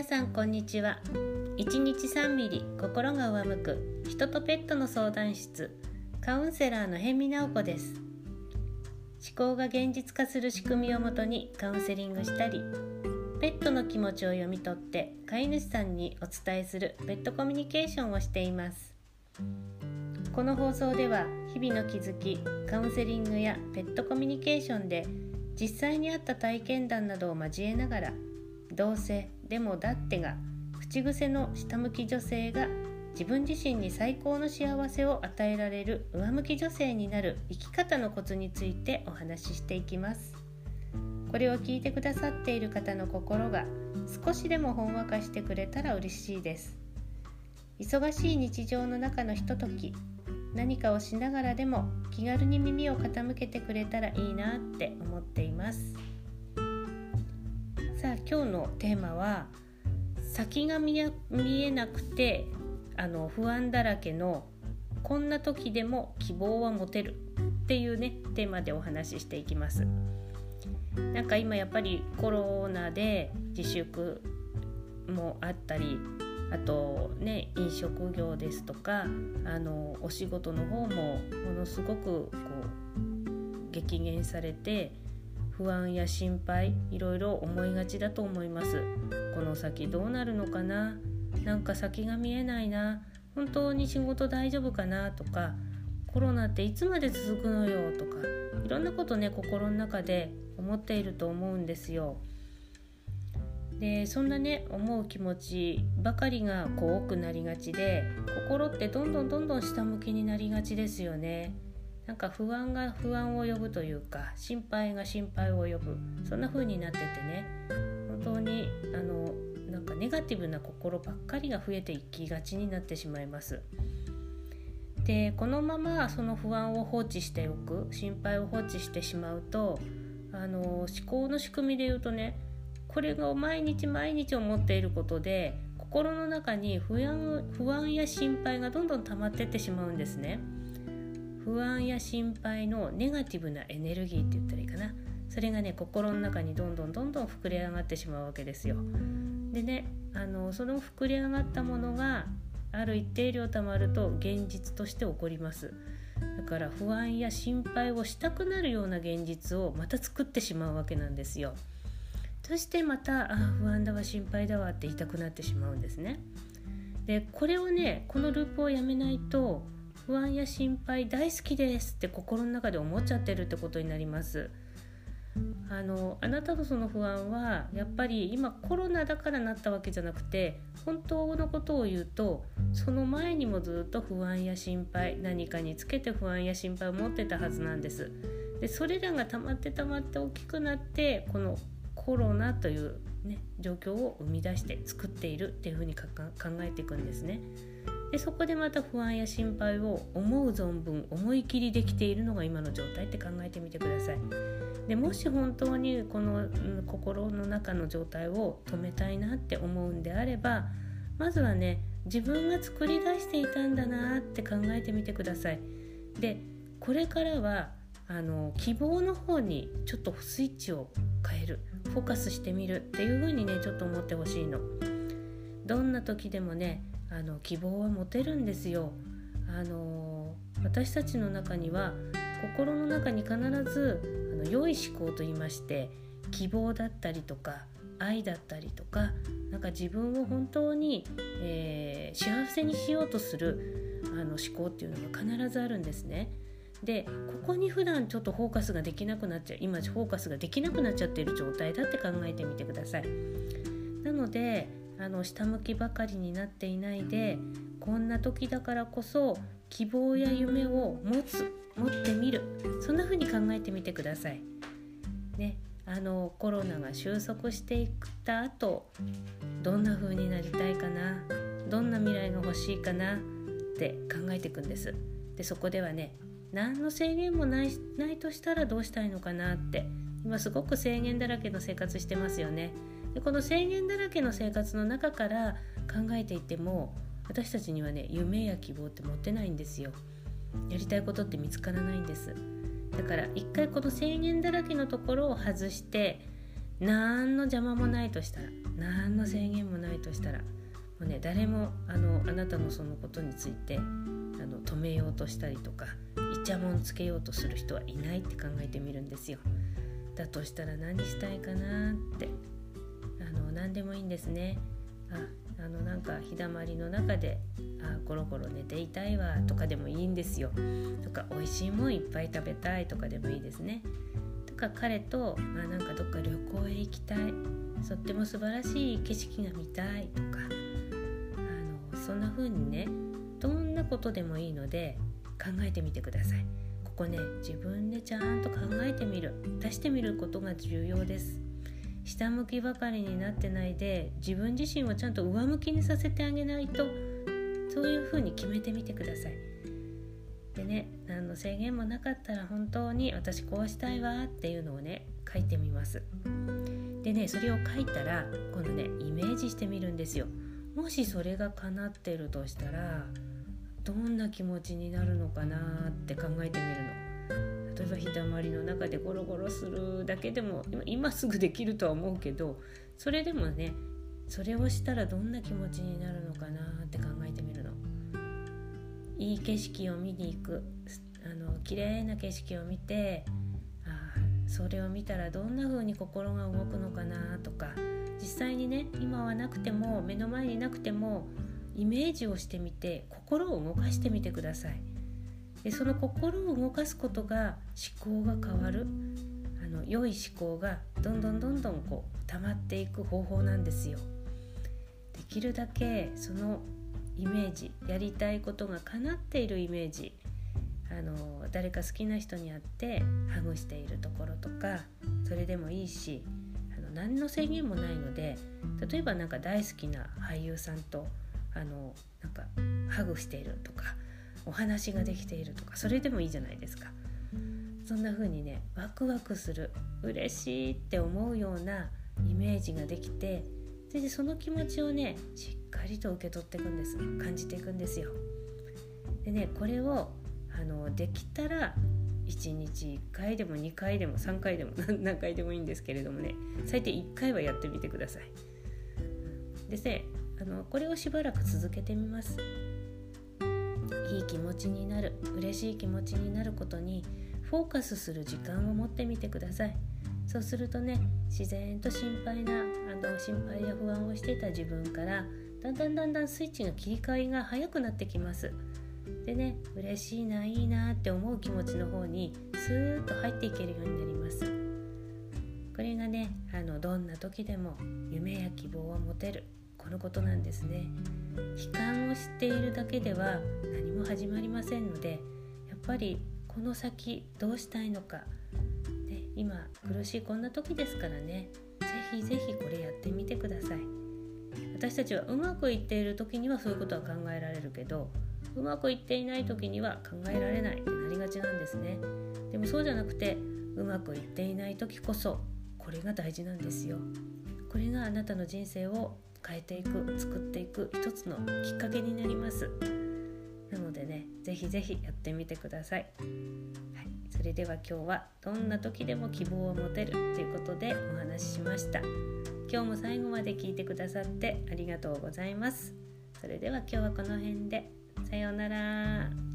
さんこんにちは。1日3ミリ心が上向く人とペットの相談室、カウンセラーの辺見直子です。思考が現実化する仕組みをもとにカウンセリングしたり、ペットの気持ちを読み取って飼い主さんにお伝えするペットコミュニケーションをしています。この放送では日々の気づき、カウンセリングやペットコミュニケーションで実際にあった体験談などを交えながら、どうせでもだってが口癖の下向き女性が自分自身に最高の幸せを与えられる上向き女性になる生き方のコツについてお話ししていきます。これを聞いてくださっている方の心が少しでもほんわかしてくれたら嬉しいです。忙しい日常の中のひととき、何かをしながらでも気軽に耳を傾けてくれたらいいなって思っています。さあ、今日のテーマは先が見えなくて不安だらけのこんな時でも希望は持てるっていうねテーマでお話ししていきます。なんか今やっぱりコロナで自粛もあったり、あとね飲食業ですとかお仕事の方もものすごく激減されて、不安や心配いろいろ思いがちだと思います。この先どうなるのかな、なんか先が見えないな、本当に仕事大丈夫かなとか、コロナっていつまで続くのよとか、いろんなことね心の中で思っていると思うんですよ。でそんなね思う気持ちばかりが多くなりがちで、心ってどんどん下向きになりがちですよね。なんか不安が不安を呼ぶというか、心配が心配を呼ぶ、そんな風になっててね、本当になんかネガティブな心ばっかりが増えていきがちになってしまいます。でこのままその不安を放置しておく、心配を放置してしまうと、思考の仕組みで言うとね、これが毎日思っていることで、心の中に不安や心配がどんどん溜まってってしまうんですね。不安や心配のネガティブなエネルギーって言ったらいいかな、それがね心の中にどんどん膨れ上がってしまうわけですよ。でねその膨れ上がったものがある一定量たまると現実として起こります。だから不安や心配をしたくなるような現実をまた作ってしまうわけなんですよ。そしてまた不安だわ心配だわって言いたくなってしまうんですね。でこれをね、このループをやめないと、不安や心配大好きですって心の中で思っちゃってるってことになります。あなたのその不安はやっぱり今コロナだからなったわけじゃなくて、本当のことを言うとその前にもずっと不安や心配、何かにつけて不安や心配を持ってたはずなんです。でそれらが溜まって大きくなって、このコロナという、状況を生み出して作っているっていうふうに考えていくんですね。でそこでまた不安や心配を思う存分思い切りできているのが今の状態って考えてみてください。でもし本当にこの、心の中の状態を止めたいなって思うんであれば、まずはね自分が作り出していたんだなって考えてみてください。でこれからは希望の方にちょっとスイッチを変える、フォーカスしてみるっていう風にねちょっと思ってほしいの。どんな時でもね希望は持てるんですよ。私たちの中には心の中に必ず良い思考と言いまして、希望だったりとか愛だったりとか、なんか自分を本当に、幸せにしようとする思考っていうのが必ずあるんですね。でここに普段ちょっとフォーカスができなくなっちゃう、今フォーカスができなくなっちゃっている状態だって考えてみてください。なので下向きばかりになっていないで、こんな時だからこそ希望や夢を持ってみる、そんな風に考えてみてくださいね。コロナが収束していった後、どんな風になりたいかな、どんな未来が欲しいかなって考えていくんです。でそこではね、何の制限もないとしたらどうしたいのかなって、今すごく制限だらけの生活してますよね。でこの制限だらけの生活の中から考えていても、私たちにはね夢や希望って持ってないんですよ。やりたいことって見つからないんです。だから一回この制限だらけのところを外して、何の邪魔もないとしたら、 何の制限もないとしたら、もうね、誰もあなたのそのことについて止めようとしたりとかイチャモンつけようとする人はいないって考えてみるんですよ。だとしたら何したいかなって、何でもいいんですね。なんか日だまりの中でコロコロ寝ていたいわとかでもいいんですよ。とか美味しいもんいっぱい食べたいとかでもいいですね。とか彼と、なんかどっか旅行へ行きたい、とっても素晴らしい景色が見たいとか、そんな風にね、どんなことでもいいので考えてみてください。ここね、自分でちゃんと考えてみる、出してみることが重要です。下向きばかりになってないで、自分自身をちゃんと上向きにさせてあげないと、そういう風に決めてみてください。でね、何の制限もなかったら本当に私こうしたいわっていうのをね、書いてみます。でね、それを書いたら今度ね、イメージしてみるんですよ。もしそれが叶っているとしたらどんな気持ちになるのかなって考えてみるの。例えば日だまりの中でゴロゴロするだけでも今すぐできるとは思うけど、それでもね、それをしたらどんな気持ちになるのかなって考えてみるの。いい景色を見に行く、綺麗な景色を見て、それを見たらどんな風に心が動くのかなとか、実際にね、今はなくても目の前になくてもイメージをしてみて心を動かしてみてください。でその心を動かすことが思考が変わる、良い思考がどんどんこう溜まっていく方法なんですよ。できるだけそのイメージ、やりたいことが叶っているイメージ、誰か好きな人に会ってハグしているところとか、それでもいいし、何の制限もないので、例えばなんか大好きな俳優さんとなんかハグしているとか、お話ができているとか、それでもいいじゃないですか。そんな風にね、ワクワクする、嬉しいって思うようなイメージができて、でその気持ちをね、しっかりと受け取っていくんです。感じていくんですよ。でね、これをできたら1日1回でも2回でも3回でも何回でもいいんですけれどもね、最低1回はやってみてください。でね、これをしばらく続けてみます。いい気持ちになる、嬉しい気持ちになることにフォーカスする時間を持ってみてください。そうするとね、自然と心配や不安をしていた自分からだんだんスイッチが切り替えが早くなってきます。でね、嬉しいな、いいなって思う気持ちの方にスーッと入っていけるようになります。これがね、どんな時でも夢や希望を持てる、このことなんですね。悲観を知っているだけでは何も始まりませんので、やっぱりこの先どうしたいのか、ね、今苦しいこんな時ですからね、ぜひこれやってみてください。私たちはうまくいっている時にはそういうことは考えられるけど、うまくいっていない時には考えられないってなりがちなんですね。でもそうじゃなくて、うまくいっていない時こそこれが大事なんですよ。これがあなたの人生を変えていく、作っていく一つのきっかけになります。なのでね、ぜひやってみてください。それでは今日はどんな時でも希望を持てるということでお話ししました。今日も最後まで聞いてくださってありがとうございます。それでは今日はこの辺で。さようなら。